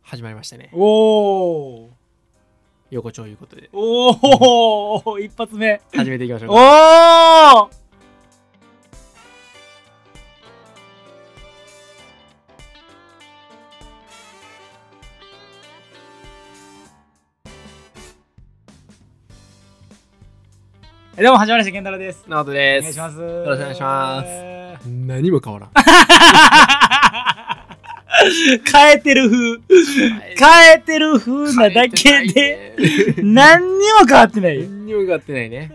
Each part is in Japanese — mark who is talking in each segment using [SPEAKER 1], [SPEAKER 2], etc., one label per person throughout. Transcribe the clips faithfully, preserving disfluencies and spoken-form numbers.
[SPEAKER 1] 始まりましたね。
[SPEAKER 2] おお。
[SPEAKER 1] 横丁いうことで。
[SPEAKER 2] おお、一発目。
[SPEAKER 1] 始めていきましょうか。
[SPEAKER 2] おお。どうも始まりました、健太郎です。
[SPEAKER 1] 直人です。
[SPEAKER 2] お願いします。
[SPEAKER 1] よろしくお願いします。何も変わらん。
[SPEAKER 2] 変えてる風。変えてる風なだけで、何にも変わってないよ。
[SPEAKER 1] 何にも変わってないね。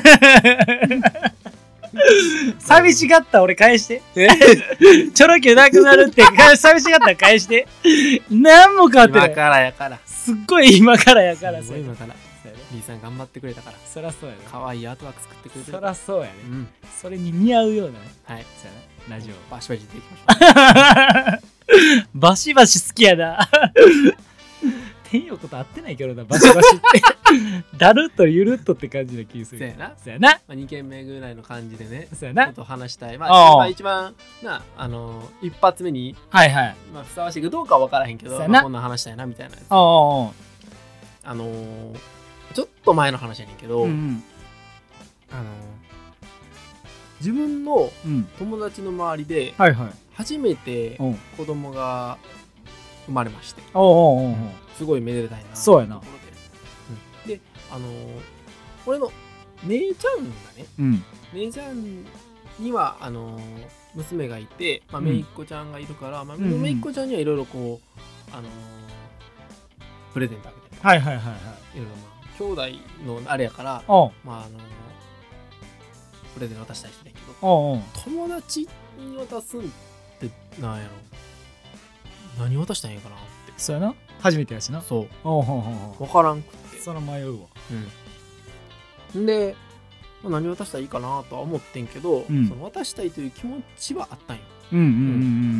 [SPEAKER 2] 寂しがった俺返して。ちょろきゅうなくなるって寂しがったら返して。何も変わってない。
[SPEAKER 1] 今からやから。
[SPEAKER 2] すっごい今からやから。
[SPEAKER 1] すごい今から。リーさん頑張ってくれたから。
[SPEAKER 2] そらそうやね。
[SPEAKER 1] 可愛いアートワーク作ってくれてる。
[SPEAKER 2] そらそうやね。
[SPEAKER 1] うん。
[SPEAKER 2] それに似合うようなね。
[SPEAKER 1] はい。
[SPEAKER 2] そうやな。ラジオ。
[SPEAKER 1] バシバシでいきましょ
[SPEAKER 2] う。バシバシ好きやな。天陽こと合ってないけどな、バシバシって。だるっとゆるっとって感じの気する。
[SPEAKER 1] そうやな。
[SPEAKER 2] そうやな。
[SPEAKER 1] まあ、に軒目ぐらいの感じでね。
[SPEAKER 2] そうやな。
[SPEAKER 1] ちょっと話したい。まあ、今一番な、あのー、一発目に、
[SPEAKER 2] はいはい。
[SPEAKER 1] まあ、ふさわしいかどうかは分からへんけど、まあ、こんな話したいなみたいなやつ。
[SPEAKER 2] ああ。
[SPEAKER 1] あのー、ちょっと前の話やねんけど、うんうん、あのー、自分の友達の周りで、うんはいはい、初めて子供が生まれまして、
[SPEAKER 2] おうおうおう
[SPEAKER 1] すごいめでたいな。
[SPEAKER 2] そうやな。
[SPEAKER 1] うん、で、あのー、俺の姉ちゃんがね、うん、姉ちゃんにはあのー、娘がいて、まあ、姪っ子ちゃんがいるから、うんまあ、姪っ子ちゃんにはいろいろこう、あのー、プレゼントあげて、
[SPEAKER 2] はいはいはいはい、
[SPEAKER 1] いろいろまあ兄弟のあれやから、まああのー、プレゼント渡したりしてんけど、おうおう友達に渡すんってなんやろ、何渡したらいいかなって。
[SPEAKER 2] そうやな、初めてやしな。
[SPEAKER 1] そう。
[SPEAKER 2] おうほうほうほう
[SPEAKER 1] 分からんくって。
[SPEAKER 2] そら迷うわ。
[SPEAKER 1] うん。で、まあ、何渡したらいいかなとは思ってんけど、うん、その渡したいという気持ちはあったんよ。うんうんうんうん。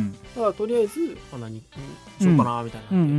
[SPEAKER 1] だからとりあえず、まあ、何しようかなみたいな、うんうんうんうん。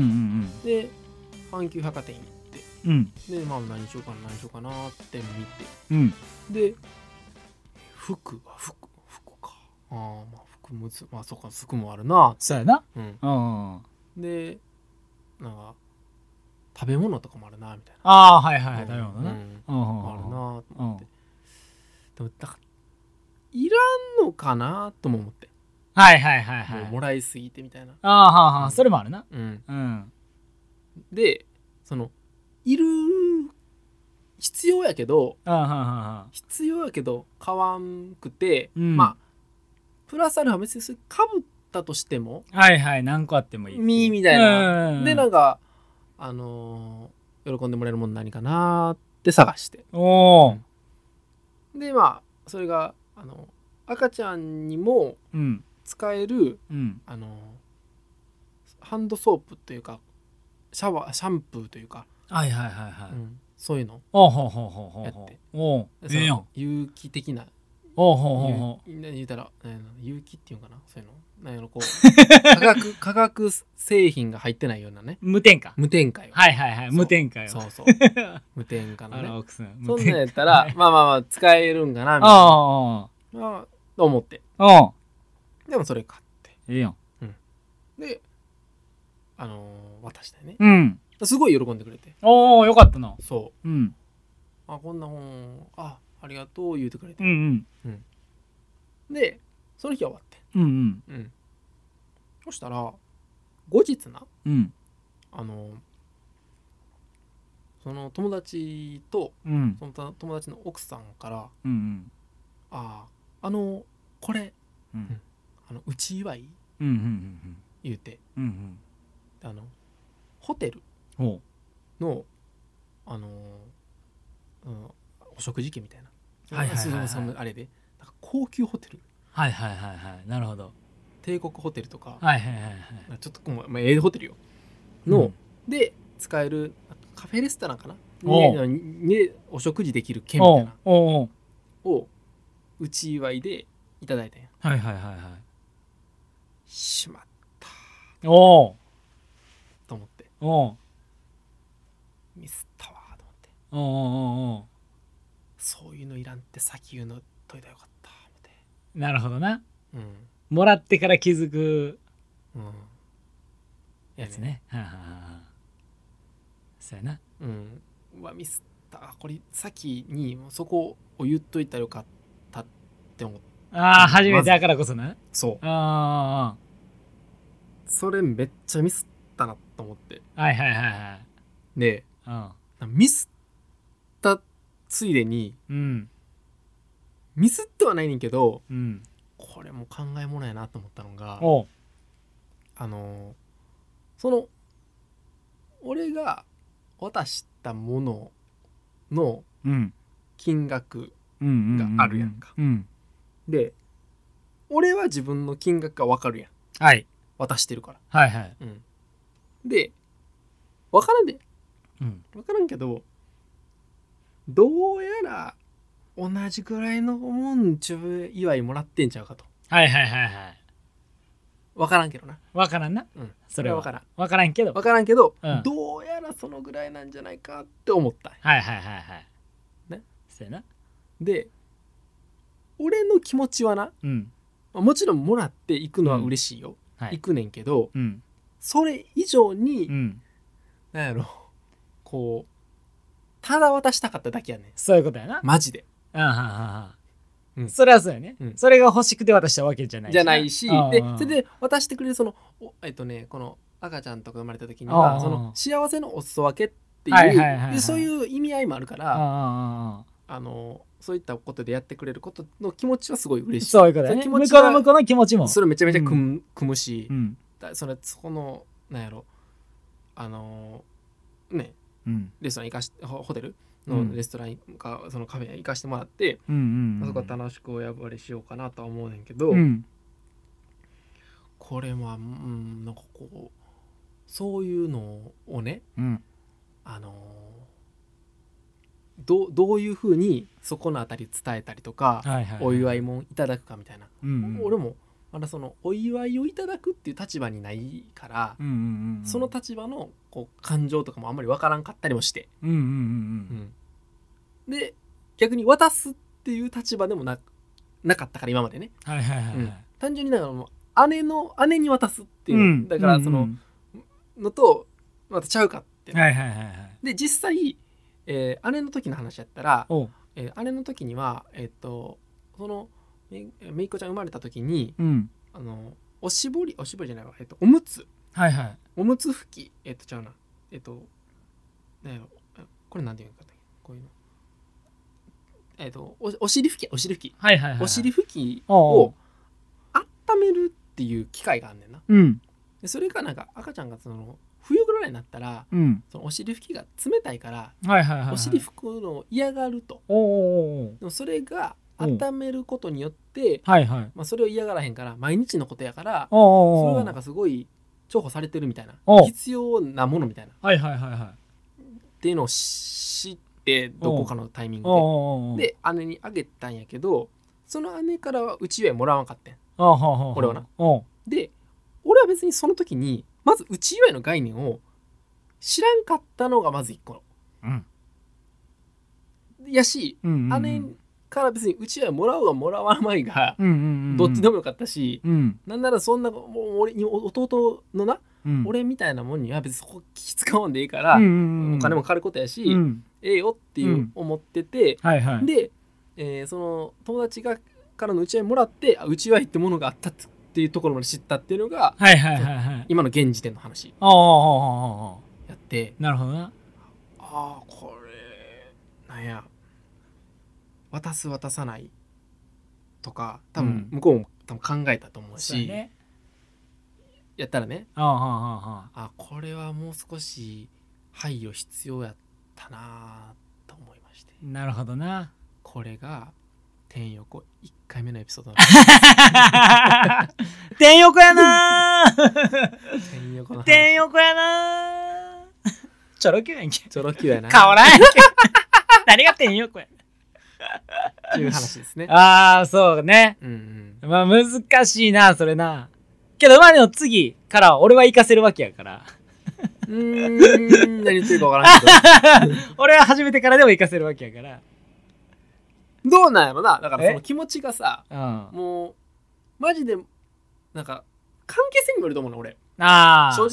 [SPEAKER 1] で、阪急百貨店行って、うん、で、まあ何しようかな何しようかなって見て、うん、で、服は服服か。ああまあ服むずまあそうか服もあるな。
[SPEAKER 2] そうやな。
[SPEAKER 1] うん。あで、なんか食べ物とかもあるなみたいな。
[SPEAKER 2] ああはいはいはい、食べ物な。うん。
[SPEAKER 1] あるなと思って。でもだからいらんのかなとも思って。
[SPEAKER 2] はいはいはいはい。
[SPEAKER 1] もうもらいすぎてみたいな。
[SPEAKER 2] ああはあはあ、それもあるな。
[SPEAKER 1] うん。うん。で、そのいる必要やけど、あははは必要やけど買わんくて、うん、まあプラスアルファ別にかぶったとしても、
[SPEAKER 2] はいはい何個あってもいい
[SPEAKER 1] みみたいな、うん、でなんかあのー、喜んでもらえるもの何かなって探して、おー、うん、でまあそれがあの赤ちゃんにも使える、うん、あのー、ハンドソープというかシャワーシャンプーというか、
[SPEAKER 2] はいはいはいはい、うん、
[SPEAKER 1] そういうのやって、
[SPEAKER 2] おおええやん、
[SPEAKER 1] 有機的な、
[SPEAKER 2] おほほほ
[SPEAKER 1] 言うたら有機っていうかな、そういうのなんやろこう化学化学製品が入ってないようなね、
[SPEAKER 2] 無添加
[SPEAKER 1] 無添加よ、
[SPEAKER 2] はいはいはい、無添加よ、
[SPEAKER 1] そうそう無添加のね、
[SPEAKER 2] あら奥さん
[SPEAKER 1] そんなんやったらまあまあまあ使えるんかなみたいな、ああと思って、あでもそれ買って
[SPEAKER 2] ええやん、
[SPEAKER 1] うん、であのー、渡したよね、
[SPEAKER 2] うん、
[SPEAKER 1] すごい喜んでくれて、
[SPEAKER 2] おおよかったな、
[SPEAKER 1] そう、うん、あこんな本あありがとう言うてくれて、うんうんうん、でその日は終わって、うんうんうん、そしたら後日な、うん、あのその友達と、うん、その友達の奥さんから、うんうん、あああのこれ、うん、あのうち祝い、うんうんうん、言うて、うんうん、あのホテルのあの、うん、お食事券みたいな、はいはいはいはい、そのあれでなんか高級ホテル、はいはいはいはいなるほど、帝国ホテルとか、はいはいはいはい、ちょっとまあええホテルよの、うん、で使えるカフェレストランかなね、ねお食事できる券みたいなをうち祝いでいただいたんや、はいはいはいはい、しまったおおと思って、おミスったわと思って、おおおそういうのいらんって先言うのといたらよかった思って、なるほどな、うん、もらってから気づく、うん、
[SPEAKER 2] やつね。はあはあ、そうやな。
[SPEAKER 1] うん。うわミスった。これ先にそこを言っといたらよかったって思った。
[SPEAKER 2] ああ初めてだからこそな。
[SPEAKER 1] そう。
[SPEAKER 2] ああ
[SPEAKER 1] それめっちゃミスったなと思って。
[SPEAKER 2] はいはいはいはい。
[SPEAKER 1] で、
[SPEAKER 2] うん、
[SPEAKER 1] ミスったついでに、
[SPEAKER 2] うん、
[SPEAKER 1] ミスってはないねんけど、
[SPEAKER 2] うん、
[SPEAKER 1] これも考えものやなと思ったのが、
[SPEAKER 2] お
[SPEAKER 1] あのその俺が渡したものの金額があるやんか。で、俺は自分の金額が分かるやん。
[SPEAKER 2] はい。
[SPEAKER 1] 渡してるから。
[SPEAKER 2] はいはい。
[SPEAKER 1] うん、で、分からんで。
[SPEAKER 2] うん、
[SPEAKER 1] 分からんけど、どうやら同じぐらいのもんちゅう祝いもらってんちゃうかと。
[SPEAKER 2] はいはいはいはい。
[SPEAKER 1] 分からんけどな。
[SPEAKER 2] 分からんな。
[SPEAKER 1] うん。
[SPEAKER 2] それは
[SPEAKER 1] 分からん。
[SPEAKER 2] 分からんけど。
[SPEAKER 1] 分からんけど、
[SPEAKER 2] うん、
[SPEAKER 1] どうやらそのぐらいなんじゃないかって思った。
[SPEAKER 2] はいはいはいはい。
[SPEAKER 1] ね。
[SPEAKER 2] そうやな。
[SPEAKER 1] で、俺の気持ちはな、
[SPEAKER 2] うん、
[SPEAKER 1] もちろんもらっていくのは嬉しいよ。うん、はい、行くねんけど、うん、それ以上に、うん、なんやろ、こう、ただ渡したかっただけやねん。
[SPEAKER 2] そういうことやな。
[SPEAKER 1] マジで。
[SPEAKER 2] あははは。うん、それはそうやね、うん、それが欲しくて渡したわけじゃないし
[SPEAKER 1] じゃないし、でそれで渡してくれるそのえっとねこの赤ちゃんとか生まれた時にはその幸せのお裾分けっていう、はいはいはいはい、そういう意味合いもあるから、ああのそういったことでやってくれることの気持ちはすごい嬉しい。
[SPEAKER 2] そういうことだね。向こうの向こうの気持ちも
[SPEAKER 1] それめちゃめちゃ組む、うん、組むし、
[SPEAKER 2] うん、
[SPEAKER 1] だそれそのなんやろあのね、うん、レストラン行かしホテルのレストランか、うん、そのカフェ行かしてもらって、うんうんうん、そこは楽しくお呼ばれしようかなとは思うねんけど、うん、これは、うん、なんかこうそういうのをね、うん、あのど, どういうふうにそこのあたり伝えたりとか、はいはいはい、お祝いもいただくかみたいな、うんうん、俺もまだそのお祝いをいただくっていう立場にないから、うんうんうんうん、その立場のこう感情とかもあんまり分からんかったりもして、うんうんうんうんうん、で逆に渡すっていう立場でも な, なかったから今までね、はいはいはいはい、うん、単純にだからもう姉の姉に渡すっていう、うん、だからその、うんうん、のとまたちゃうかって、はいはいはいはい、で実際、えー、姉の時の話やったら、えー、姉の時にはえっ、ー、とそのめ, めいっ子ちゃん生まれた時に、うん、あのおしぼりおしぼりじゃないわ、えっと、おむつ、はいはい、おむつ拭きえっとちゃうなえっとなんやろこれなんていうのかこういうのえっと お, お尻拭きお尻拭き、はいはいはいはい、お尻拭きを温めるっていう機会があんねんな、うん、でそれがなんか赤ちゃんがその冬ぐらいになったら、うん、そのお尻拭きが冷たいから、はいはいはいはい、お尻拭くのを嫌がると、おおでもそれが温めることによって、はいはい、まあ、それを嫌がらへんから毎日のことやからそれがなんかすごい重宝されてるみたいな必要なものみたいな、はいはいはいはい、っていうのを知ってどこかのタイミングでで姉にあげたんやけどその姉からはうち祝いもらわんかったん俺はな。で俺は別にその時にまずうち祝いの概念を知らんかったのがまず一個の、うん、やし、うんうんうん、姉から別にうちはもらおうがもらわないが、うんうんうん、どっちでもよかったし、うん、なんならそんなもう俺に弟のな、うん、俺みたいなもんには別にそこ気使わんでいいから、うんうんうん、お金もかかることやし、うん、ええよっていう思ってて、うんはいはい、で、えー、その友達がからのうちわいもらってうちわいってものがあったっていうところまで知ったっていうのが、はいはいはいはい、今の現時点の話やって
[SPEAKER 2] なるほどな
[SPEAKER 1] あーこれなんや渡す渡さないとか多分向こうも多分考えたと思うし、うんね、やったらねあああああこれはもう少し配慮必要やったなと思いまして。
[SPEAKER 2] なるほどな。
[SPEAKER 1] これが天横いっかいめのエピソード
[SPEAKER 2] 天横やな
[SPEAKER 1] 天横の
[SPEAKER 2] 天横やなちょろきゅうやんけ
[SPEAKER 1] ちょろきゅうやな
[SPEAKER 2] 変わらんやんけ何が天横や
[SPEAKER 1] っていう話ですね。
[SPEAKER 2] ああそうね、うんうん、まあ難しいなそれな。けどまあでも次から俺は行かせるわけやから
[SPEAKER 1] うーん何言ってるか分からんけど
[SPEAKER 2] 俺は初めてからでも行かせるわけやから
[SPEAKER 1] どうなんやろな。だからその気持ちがさ、うん、もうマジでなんか関係性にもよると思うの俺。あ正直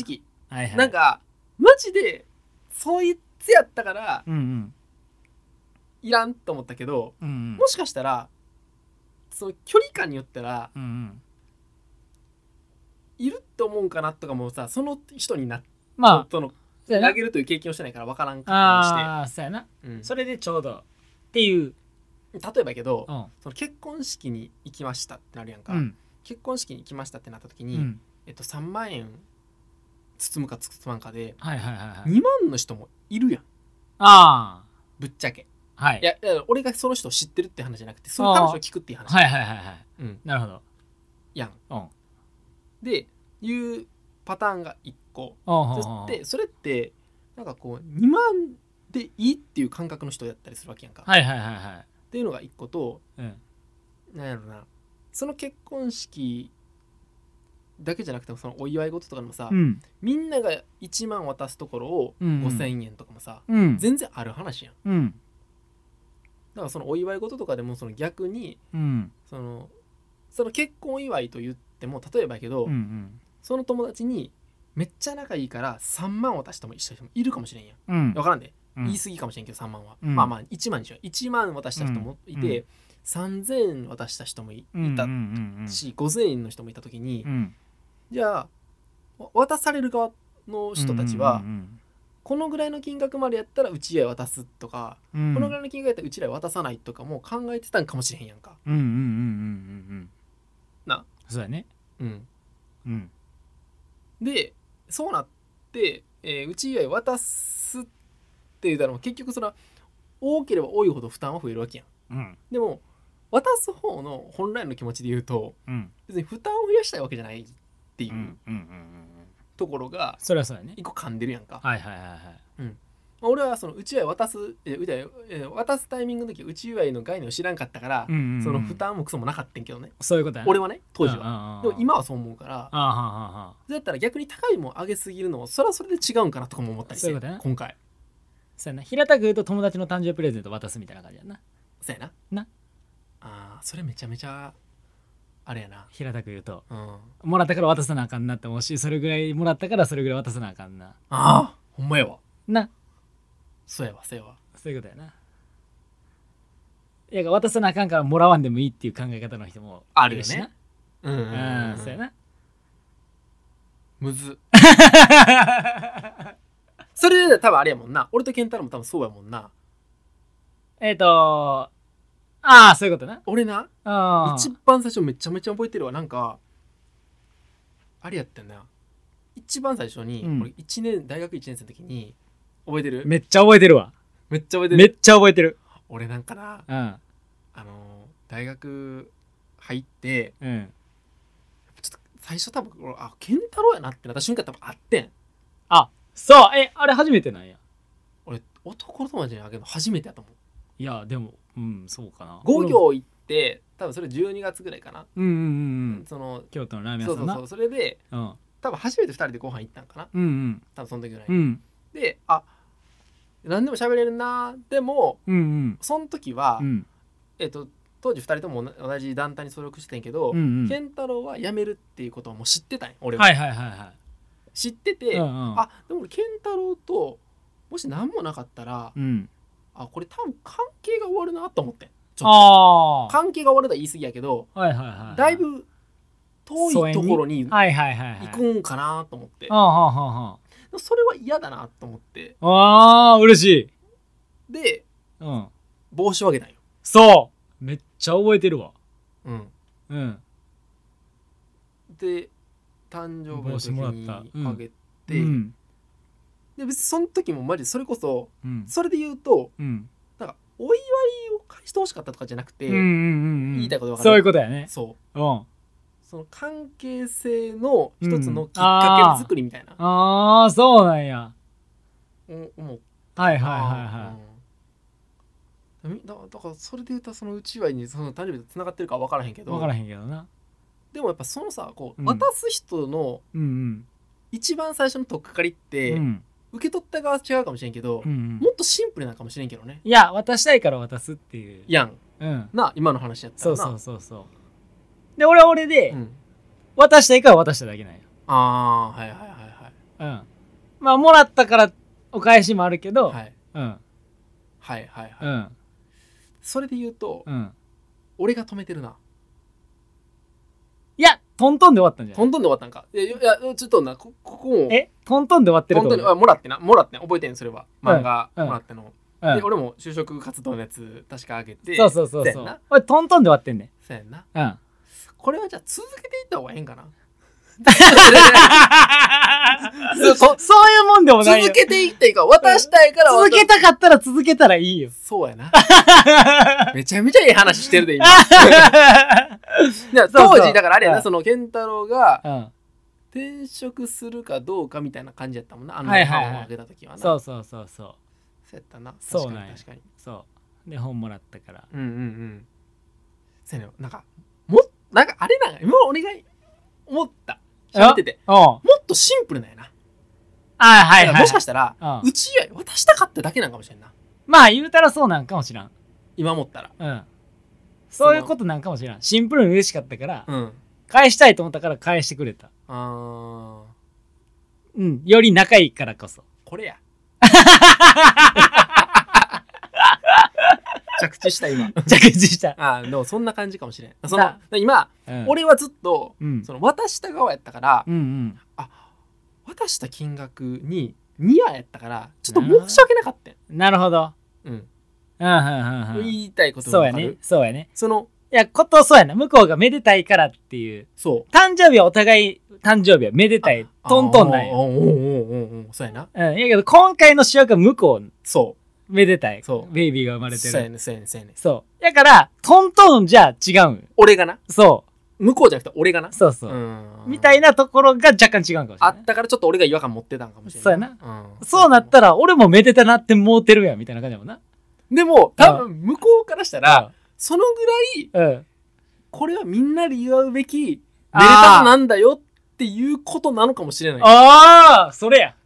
[SPEAKER 2] はいはい、
[SPEAKER 1] なんかマジでそいつやったから、
[SPEAKER 2] うんうん、
[SPEAKER 1] いらんと思ったけど、
[SPEAKER 2] うんうん、
[SPEAKER 1] もしかしたらその距離感によったら、
[SPEAKER 2] うんうん、
[SPEAKER 1] いるって思うんかなとかもさ、その人にな
[SPEAKER 2] まあ
[SPEAKER 1] その投げるという経験をしてないから分からんかったりして、
[SPEAKER 2] ああそうやな、
[SPEAKER 1] うん、
[SPEAKER 2] それでちょうどっていう
[SPEAKER 1] 例えばやけど、
[SPEAKER 2] うん、
[SPEAKER 1] その結婚式に行きましたってなるやんか、
[SPEAKER 2] うん、
[SPEAKER 1] 結婚式に行きましたってなった時に、うん、えっと、さんまんえん包むか包まんかで、
[SPEAKER 2] はいはいはいはい、
[SPEAKER 1] にまんの人もいるやん。
[SPEAKER 2] ああ
[SPEAKER 1] ぶっちゃけ、
[SPEAKER 2] はい、
[SPEAKER 1] いや、いや俺がその人を知ってるって話じゃなくて、そういう話を聞くっていう話。
[SPEAKER 2] はいはいはいはい、
[SPEAKER 1] うん、
[SPEAKER 2] なるほど
[SPEAKER 1] やん、
[SPEAKER 2] うん、
[SPEAKER 1] でいうパターンがいっこ、そしてそれってなんかこうにまんでいいっていう感覚の人やったりするわけやんか。
[SPEAKER 2] はいはいはいはい
[SPEAKER 1] っていうのがいっこと、
[SPEAKER 2] うん、
[SPEAKER 1] なんやろな、その結婚式だけじゃなくてもそのお祝い事とかでもさ、うん、みんながいちまん渡すところをごせんえんとかもさ、うん、全然ある話やん、うん、だからそのお祝い事とかでもその逆に、うん、そのその結婚祝いと言っても例えばやけど、うんうん、その友達にめっちゃ仲いいからさんまん渡しても人もいるかもしれんやん、うん、分からんで、うん、言い過ぎかもしれんけどさんまんは、うん、まあまあいちまんにしよう、いちまん渡した人もいて、うん、さんぜんえん渡した人もいたし、うんうんうんうん、ごせんえんの人もいた時に、うん、じゃあ渡される側の人たちは、うんうんうん、このぐらいの金額までやったらうちへ渡すとか、うん、このぐらいの金額やったらうちらへ渡さないとかも考えてたんかもしれへんやんか。うんうんうんうんうん。な。
[SPEAKER 2] そうだね。
[SPEAKER 1] うん。うん。で、そうなって、えー、うちへ渡すって言ったら結局その多ければ多いほど負担は増えるわけやん。うん、でも渡す方の本来の気持ちで言うと、うん、別に負担を増やしたいわけじゃないっていう。うんうんうんうんところが
[SPEAKER 2] それはそうやね
[SPEAKER 1] 一個噛んでるやんか。
[SPEAKER 2] はいはいはいはい、
[SPEAKER 1] うん、俺はそのうちわい渡すえ渡すタイミングの時うちわいの概念を知らんかったから、うんうんうん、その負担もクソもなかったんけどね。
[SPEAKER 2] そういうことやね
[SPEAKER 1] 俺はね当時は。でも今はそう思うから、そうやったら逆に高いもん上げすぎるのはそれはそれで違うんかなとかも思ったりして、ね、今回
[SPEAKER 2] そうやな、平たく言うと友達の誕生日プレゼント渡すみたいな感じやな。
[SPEAKER 1] そうやななあ、それめちゃめちゃあれやな、
[SPEAKER 2] 平たく言うと、うん、もらったから渡さなあかんなって思うし、それぐらいもらったからそれぐらい渡さなあかんな。
[SPEAKER 1] ああほんまやわ
[SPEAKER 2] な。
[SPEAKER 1] そうやわそうやわ、
[SPEAKER 2] そういうことやな。いや渡さなあかんからもらわんでもいいっていう考え方の人も
[SPEAKER 1] あるよね。うんうん、うん、
[SPEAKER 2] そうやな。
[SPEAKER 1] むずそれで多分あれやもんな、俺と健太郎も多分そうやもんな。
[SPEAKER 2] えっ、ー、とああそういうことな。
[SPEAKER 1] 俺な一番最初めちゃめちゃ覚えてるわ。なんかあれやったんだよ、一番最初に、うん、俺いちねん大学いちねん生の時に覚えてる？
[SPEAKER 2] めっちゃ覚えてるわ。
[SPEAKER 1] めっちゃ覚えてる。
[SPEAKER 2] めっちゃ覚えてる。
[SPEAKER 1] 俺なんかな、うん、あの大学入って、うん、ちょっと最初多分あ健太郎やなってなった瞬間多分あってん。
[SPEAKER 2] あそうえあれ初めてなんや。
[SPEAKER 1] 俺男の友達にあげるの初めてやと思う。
[SPEAKER 2] いやでもうんそうかな。
[SPEAKER 1] ご行行って多分それじゅうにがつぐらいかな。
[SPEAKER 2] うんうんうん、
[SPEAKER 1] その
[SPEAKER 2] 京都のラーメン屋さんな。
[SPEAKER 1] そうそうそう、それで、うん、多分初めてふたりでご飯行ったんかな。うんうん、多分その時ぐらい、うん、であ何でも喋れるな。でも、うんうん、その時は、うん、えっと当時ふたりとも同じ団体に所属してたんやけど、うんうん、健太郎は辞めるっていうことはもう知ってたんや俺は。はいはいはいはい。知ってて、うんうん、あでも俺健太郎ともし何もなかったら、うん、あこれ多分関係が終わるなと思って。ちょっとあ関係が終わるとは言い過ぎやけど、はいはいはいはい、だいぶ遠いところに行くんかなと思って、はいはいはいはい、それは嫌だなと思って、
[SPEAKER 2] あー嬉し
[SPEAKER 1] いで、うん、帽子をあげたんよ。
[SPEAKER 2] そうめっちゃ覚えてるわ。うんうん
[SPEAKER 1] で誕生日の時にあげて、うん、で別にその時もマジそれこそ、うん、それで言うと、うん、なんかお祝いを返してほしかったとかじゃなくて、うんうんうん、言いたいこと分かる。
[SPEAKER 2] そういうことやね。
[SPEAKER 1] そう、うん、その関係性の一つのきっかけ作りみたいな、
[SPEAKER 2] うん、ああそうなんや、
[SPEAKER 1] うん、思う。
[SPEAKER 2] はいはいはいはい、
[SPEAKER 1] うん、だ, だからそれで言うとそのうちわいにその誕生日とつながってるか分からへんけど
[SPEAKER 2] 分からへんけどな。
[SPEAKER 1] でもやっぱそのさこう、うん、渡す人の一番最初の取っかかりって、うん、受け取った側は違うかもしれんけど、うんうん、もっとシンプルなのかもしれんけどね。
[SPEAKER 2] いや渡したいから渡すっていう
[SPEAKER 1] やん、うん、な今の話やったらな。
[SPEAKER 2] そうそうそうそう。で俺は俺で、うん、渡したいから渡しただけなんや。
[SPEAKER 1] あーはいはいはいはい、
[SPEAKER 2] うん、 まあもらったからお返しもあるけど、
[SPEAKER 1] はい、
[SPEAKER 2] うん、
[SPEAKER 1] はいはいはい、
[SPEAKER 2] うん、
[SPEAKER 1] それで言うと、
[SPEAKER 2] うん、
[SPEAKER 1] 俺が止めてるな。
[SPEAKER 2] いやトントンで終わったんじゃない？
[SPEAKER 1] トントンで終わったんか。いやいやちょっとな、こここも
[SPEAKER 2] えトントンで終わってると
[SPEAKER 1] トントンでもらってな、もらってな、覚えてんそれは漫画もらっての、
[SPEAKER 2] うんうん、
[SPEAKER 1] で俺も就職活動のやつ確かあげて、
[SPEAKER 2] そうそうそうそう、俺トントンで終わってんねん。
[SPEAKER 1] そうやんな、
[SPEAKER 2] うん、
[SPEAKER 1] これはじゃあ続けていった方がええんかな
[SPEAKER 2] そ, そういうもんでもないよ。
[SPEAKER 1] 続けていっていいか、渡したいから
[SPEAKER 2] 続けたかったら続けたらいいよ。
[SPEAKER 1] そうやなめちゃめちゃいい話してるで今当時だからあれやな、うん、その健太郎が、うん、転職するかどうかみたいな感じやったもんな、あの本をあげた時はな、
[SPEAKER 2] そうそうそうそう、
[SPEAKER 1] そうやったな。
[SPEAKER 2] そうなんや、確かにそうで本もらったから、
[SPEAKER 1] うんうんうん、そうやね、なんかもなんかあれなんか今俺が思った喋ってて、もっとシンプルなんやな。
[SPEAKER 2] あ、はいはい、
[SPEAKER 1] もしかしたらうちや渡したかっただけなんかもしれんな。
[SPEAKER 2] まあ言うたらそうなんかもしらん、
[SPEAKER 1] 今思ったら、
[SPEAKER 2] うん、そういうことなんかもしれん。シンプルに嬉しかったから、
[SPEAKER 1] うん、
[SPEAKER 2] 返したいと思ったから返してくれた。
[SPEAKER 1] あ
[SPEAKER 2] ー、うん、より仲いいからこそ
[SPEAKER 1] これや着地した今
[SPEAKER 2] 着地した
[SPEAKER 1] あ、でもそんな感じかもしれん。その今、うん、俺はずっと、うん、その渡した側やったから、
[SPEAKER 2] うんうん、
[SPEAKER 1] あ、渡した金額にニアやったからちょっと申し訳なかったん。
[SPEAKER 2] なるほど、
[SPEAKER 1] うん、うん
[SPEAKER 2] うんうんうん、
[SPEAKER 1] 言いたいこと
[SPEAKER 2] も分かる。そうやね、そうやね。
[SPEAKER 1] その
[SPEAKER 2] いやことそうやな、向こうがめでたいからっていう。
[SPEAKER 1] そう。
[SPEAKER 2] 誕生日はお互い誕生日はめでたいトントンなんや。
[SPEAKER 1] おおおおお、そうやな。
[SPEAKER 2] うん、いやけど今回の主役は向こう。
[SPEAKER 1] そう。
[SPEAKER 2] めでたい。
[SPEAKER 1] そう。
[SPEAKER 2] ベイビーが生まれてる。
[SPEAKER 1] そうやね、そうやね、そうやね。
[SPEAKER 2] そう。だからトントンじゃ違うん。
[SPEAKER 1] 俺がな。
[SPEAKER 2] そう。
[SPEAKER 1] 向こうじゃなくて俺がな。
[SPEAKER 2] そうそう。うんみたいなところが若干違うんかもしれない。
[SPEAKER 1] あったからちょっと俺が違和感持ってたんかもしれない。
[SPEAKER 2] そうやな。うん、そうなったら俺もめでたなって思うてるやんみたいな感じだもんな。
[SPEAKER 1] でも多分向こうからしたらそのぐらい、うん、これはみんなで祝うべきめでたさなんだよっていうことなのかもしれない。
[SPEAKER 2] ああそれや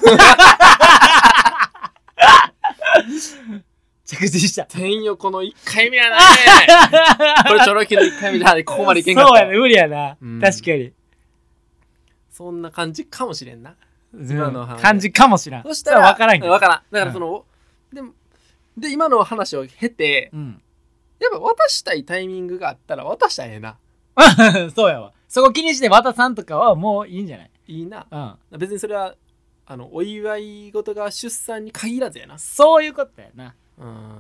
[SPEAKER 2] 着地した。
[SPEAKER 1] 天よこのいっかいめやなこれチョロキのいっかいめじゃここまでいけんかった。
[SPEAKER 2] そうやね、無理やな、うん、確かに
[SPEAKER 1] そんな感じかもしれんな、今の話
[SPEAKER 2] 感じかもしれん。
[SPEAKER 1] そしたら
[SPEAKER 2] 分からんけど
[SPEAKER 1] 分からん。だからその、うん、でで今の話を経て、うん、やっぱ渡したいタイミングがあったら渡したらええな
[SPEAKER 2] そうやわ。そこ気にして渡さんとかはもういいんじゃない？
[SPEAKER 1] いいな、うん、別にそれはあのお祝い事が出産に限らずやな。
[SPEAKER 2] そういうことやな、
[SPEAKER 1] うん、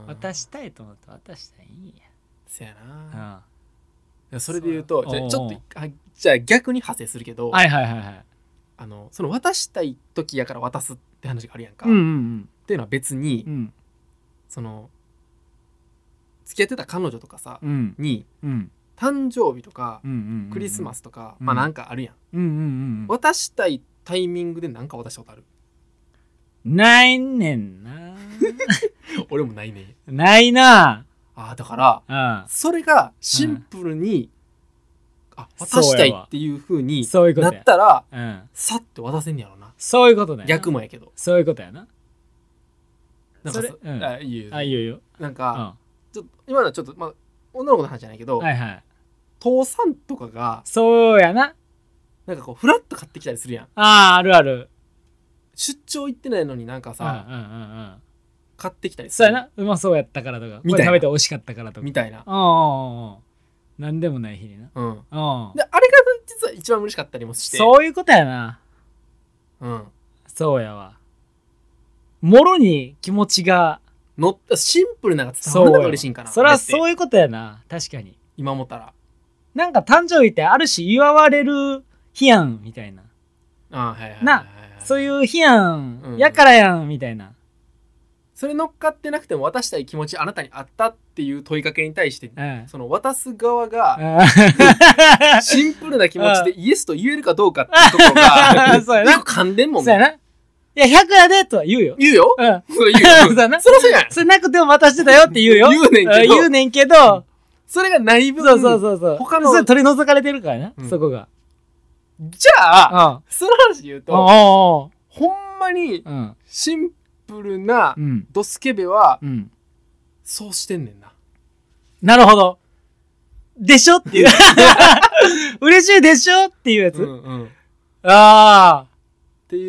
[SPEAKER 2] 渡したいと思って渡したらいいんや。
[SPEAKER 1] そやな、うん、それで言うとじゃあちょっとあじゃあ逆に派生するけど、
[SPEAKER 2] はいはいはいはい、
[SPEAKER 1] あのその渡したい時やから渡すって話があるやんか、
[SPEAKER 2] うんうんうん、
[SPEAKER 1] っていうのは別に、
[SPEAKER 2] うん、
[SPEAKER 1] その付き合ってた彼女とかさ、
[SPEAKER 2] うん、
[SPEAKER 1] に、
[SPEAKER 2] うん、
[SPEAKER 1] 誕生日とか、
[SPEAKER 2] うんうんうんうん、
[SPEAKER 1] クリスマスとか、うん、まあなんかあるやん、
[SPEAKER 2] うんうんうん、
[SPEAKER 1] 渡したいタイミングで何か渡したことある？
[SPEAKER 2] ないねんな
[SPEAKER 1] 俺もないね。
[SPEAKER 2] ないな
[SPEAKER 1] あ。だから、うん、それがシンプルに、うん、あ渡したいっていう風になったら、
[SPEAKER 2] うん、
[SPEAKER 1] さって渡せんやろな。
[SPEAKER 2] そういうことだよ。
[SPEAKER 1] 逆もやけど。
[SPEAKER 2] そういうことやな。
[SPEAKER 1] なんかそれ、うん、あいいよ。
[SPEAKER 2] あいいよいいよ。
[SPEAKER 1] なんか、うん、ちょっと今のはちょっとまあ女の子の話じゃないけど、
[SPEAKER 2] はいはい、
[SPEAKER 1] 父さんとかが
[SPEAKER 2] そうやな。
[SPEAKER 1] なんかこうフラッと買ってきたりするやん。
[SPEAKER 2] あああるある。
[SPEAKER 1] 出張行ってないのになんかさ、
[SPEAKER 2] うんうんうんうん、
[SPEAKER 1] 買ってきたりす
[SPEAKER 2] る。そうやな。うまそうやったからとか、みたいな、これ食べて美味しかったからとか
[SPEAKER 1] みたいな。
[SPEAKER 2] ああなんでもない日にな。
[SPEAKER 1] うん。
[SPEAKER 2] うん。
[SPEAKER 1] であれが実は一番嬉しかったりもして。
[SPEAKER 2] そういうことやな。
[SPEAKER 1] うん。
[SPEAKER 2] そうやわ。もろに気持ちが
[SPEAKER 1] のったシンプルなのが伝わるのが嬉しいんかな。
[SPEAKER 2] そりゃそういうことやな。確かに。
[SPEAKER 1] 今思ったら。
[SPEAKER 2] なんか誕生日ってある種祝われる日やんみたいな。
[SPEAKER 1] ああはいはいはい、はい。
[SPEAKER 2] な。そういう日やん、うん、やからやんみたいな。
[SPEAKER 1] それ乗っかってなくても渡したい気持ちあなたにあったっていう問いかけに対して、うん、その渡す側が、うん、シンプルな気持ちでイエスと言えるかどうかっていうところがそうやな。噛んでんもん。
[SPEAKER 2] そうやな。いやひゃくやでとは言うよ。
[SPEAKER 1] 言うよ。
[SPEAKER 2] うん。
[SPEAKER 1] それ言うよ。
[SPEAKER 2] そうやな。
[SPEAKER 1] そりゃそうやん。
[SPEAKER 2] それなくても渡してたよって言うよ。
[SPEAKER 1] 言うねんけど。
[SPEAKER 2] 言うねんけど。
[SPEAKER 1] それがない分。
[SPEAKER 2] そうそうそうそう。
[SPEAKER 1] 他の
[SPEAKER 2] それ取り除かれてるからな、うん、そこが。
[SPEAKER 1] じゃあ、その話で言うと、ほんまにシンプルなドスケベは、うん、そうしてんねんな。
[SPEAKER 2] なるほど。でしょっていう。嬉しいでしょっていうやつ。うんうん、ああ。
[SPEAKER 1] っていう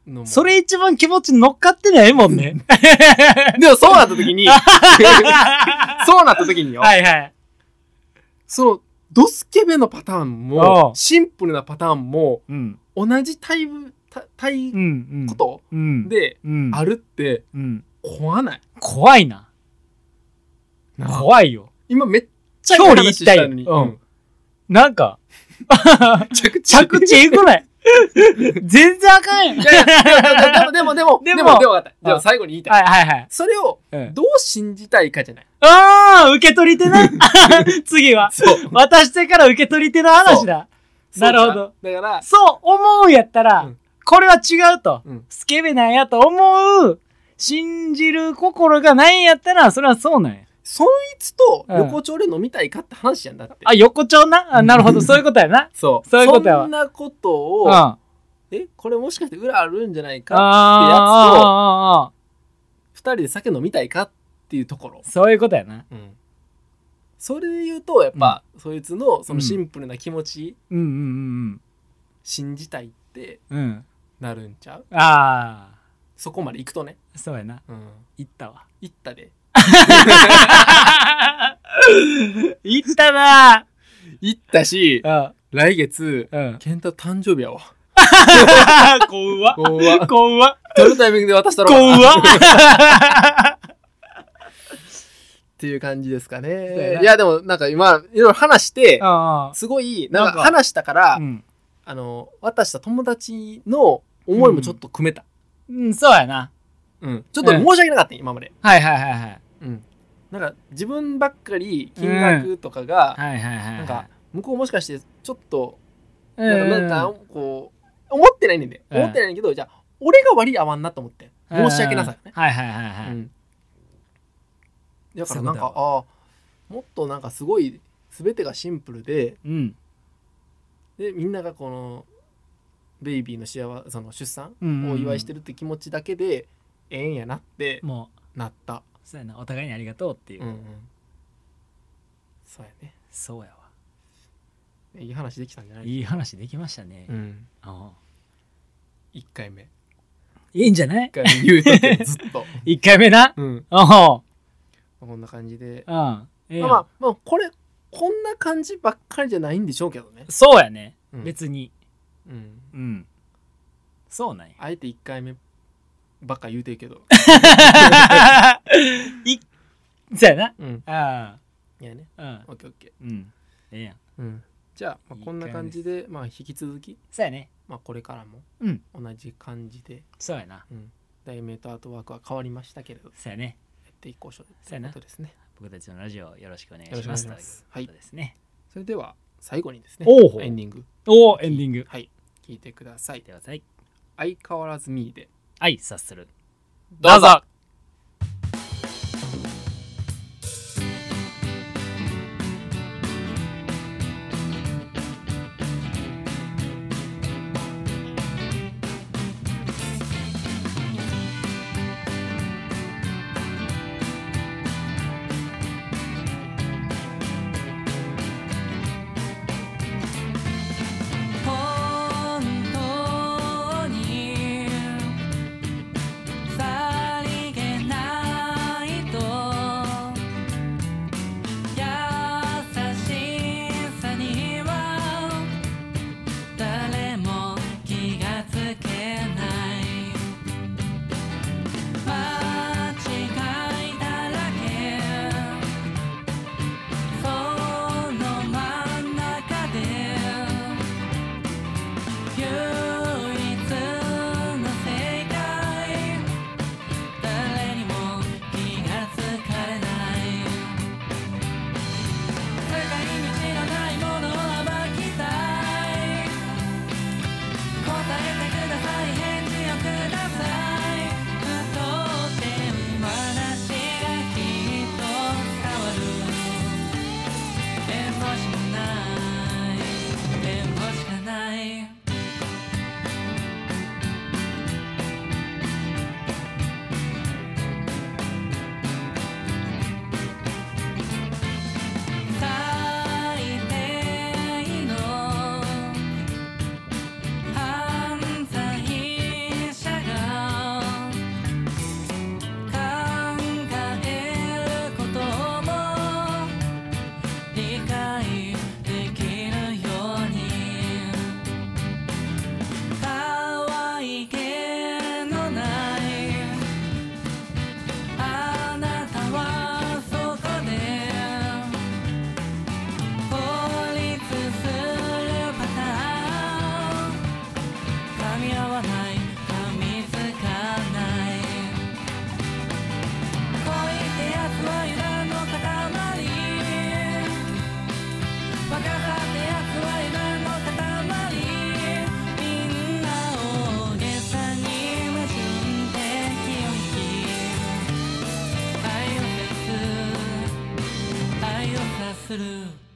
[SPEAKER 1] のも
[SPEAKER 2] それ一番気持ち乗っかってないもんね
[SPEAKER 1] でもそうなった時にそうなった時によ、
[SPEAKER 2] はいはい、
[SPEAKER 1] そのドスケベのパターンもシンプルなパターンも、うん、同じタイプたいことであるって怖ない？
[SPEAKER 2] 怖いな。怖いよ。
[SPEAKER 1] 今めっちゃ
[SPEAKER 2] 表裏一体。うん。なんか着地着地えぐない全然あかんやん。いやい
[SPEAKER 1] やでもでもでもでもでも分かった。じゃあ最後に言いたい。
[SPEAKER 2] はいはいはい。
[SPEAKER 1] それをどう信じたいかじゃない。
[SPEAKER 2] ああ、受け取り手な。次は渡してから受け取り手の話だ。なるほど。
[SPEAKER 1] だから
[SPEAKER 2] そう思うやったらこれは違うと、スケベなんやと思う信じる心がないんやったらそれはそうなんや。
[SPEAKER 1] そいつと横丁で飲みたいかって話やんだって、うん、
[SPEAKER 2] あ、横丁な、あ、なるほどそういうことやな
[SPEAKER 1] そう
[SPEAKER 2] そういうことやわ。
[SPEAKER 1] そんなことを、うん、えこれもしかして裏あるんじゃないかってやつとふたりで酒飲みたいかっていうところ、
[SPEAKER 2] そういうことやな、
[SPEAKER 1] うん、それで言うとやっぱ、うん、そいつのそのシンプルな気持ち、うん、うんうんうんうん信じたいってなるんちゃう、うん、ああそこまで行くとね。
[SPEAKER 2] そうやな、うん、行ったわ
[SPEAKER 1] 行ったで
[SPEAKER 2] 行ったな
[SPEAKER 1] 行ったし、うん、来月、うん、健太誕生日やわ
[SPEAKER 2] 怖っ怖っ怖っ
[SPEAKER 1] 取るタイミングで渡したろ
[SPEAKER 2] 怖っ
[SPEAKER 1] っていう感じですかね。いやでもなんか今いろいろ話してすごいなんか話したから、うん、あの渡した友達の思いもちょっと組めた、
[SPEAKER 2] うん、うん、そうやな、
[SPEAKER 1] うん、ちょっと申し訳なかった、うん、今まで。
[SPEAKER 2] はいはいはいはい、
[SPEAKER 1] うん、なんか自分ばっかり金額とかが、うん、はいはいはい、なんか向こうもしかしてちょっとなんか、なんかこう思ってないねんで、うん、思ってないねんけど、じゃあ俺が割り合わんなと思って申し訳なさね、
[SPEAKER 2] はいはいはいはい、うん、
[SPEAKER 1] だからなんかあもっとなんかすごい全てがシンプルで、うん、でみんながこのベイビーの幸せその出産をお祝いしてるって気持ちだけでええんやなってなった。
[SPEAKER 2] そうやな、お互いにありがとうっていう、うんうん、
[SPEAKER 1] そうやね。
[SPEAKER 2] そうやわ。
[SPEAKER 1] いい話できたんじゃない？
[SPEAKER 2] いい話できましたね、うん、
[SPEAKER 1] ああいっかいめ
[SPEAKER 2] いいんじゃない？いっかいめ
[SPEAKER 1] 言うとってずっと
[SPEAKER 2] いっかいめな、うん、あ
[SPEAKER 1] こんな感じで、
[SPEAKER 2] うん、ええ、
[SPEAKER 1] まあまあこれこんな感じばっかりじゃないんでしょうけどね。
[SPEAKER 2] そうやね、うん、別にうんうんそうなんや。
[SPEAKER 1] あえていっかいめばっか言うてるけど
[SPEAKER 2] いそうやな、
[SPEAKER 1] うん、
[SPEAKER 2] ああ
[SPEAKER 1] いやね、うん、オッケーオッケー、
[SPEAKER 2] うんええやん、
[SPEAKER 1] うん、じゃあ、まあ、こんな感じでまあ引き続き
[SPEAKER 2] そうやね、
[SPEAKER 1] まあこれからも同じ感じで、うん、
[SPEAKER 2] そうやな、
[SPEAKER 1] うん、題名とアートワークは変わりましたけれど、
[SPEAKER 2] そうやね、
[SPEAKER 1] やっていこうということですね。
[SPEAKER 2] 僕たちのラジオよろしくお願いします。ということですね。
[SPEAKER 1] それでは最後にですね、エンディング
[SPEAKER 2] おおエンディング
[SPEAKER 1] はい聞いてください。
[SPEAKER 2] ではさい
[SPEAKER 1] 相変わらずミーで
[SPEAKER 2] 愛察する。
[SPEAKER 1] どうぞ。
[SPEAKER 3] 本当に去り
[SPEAKER 2] る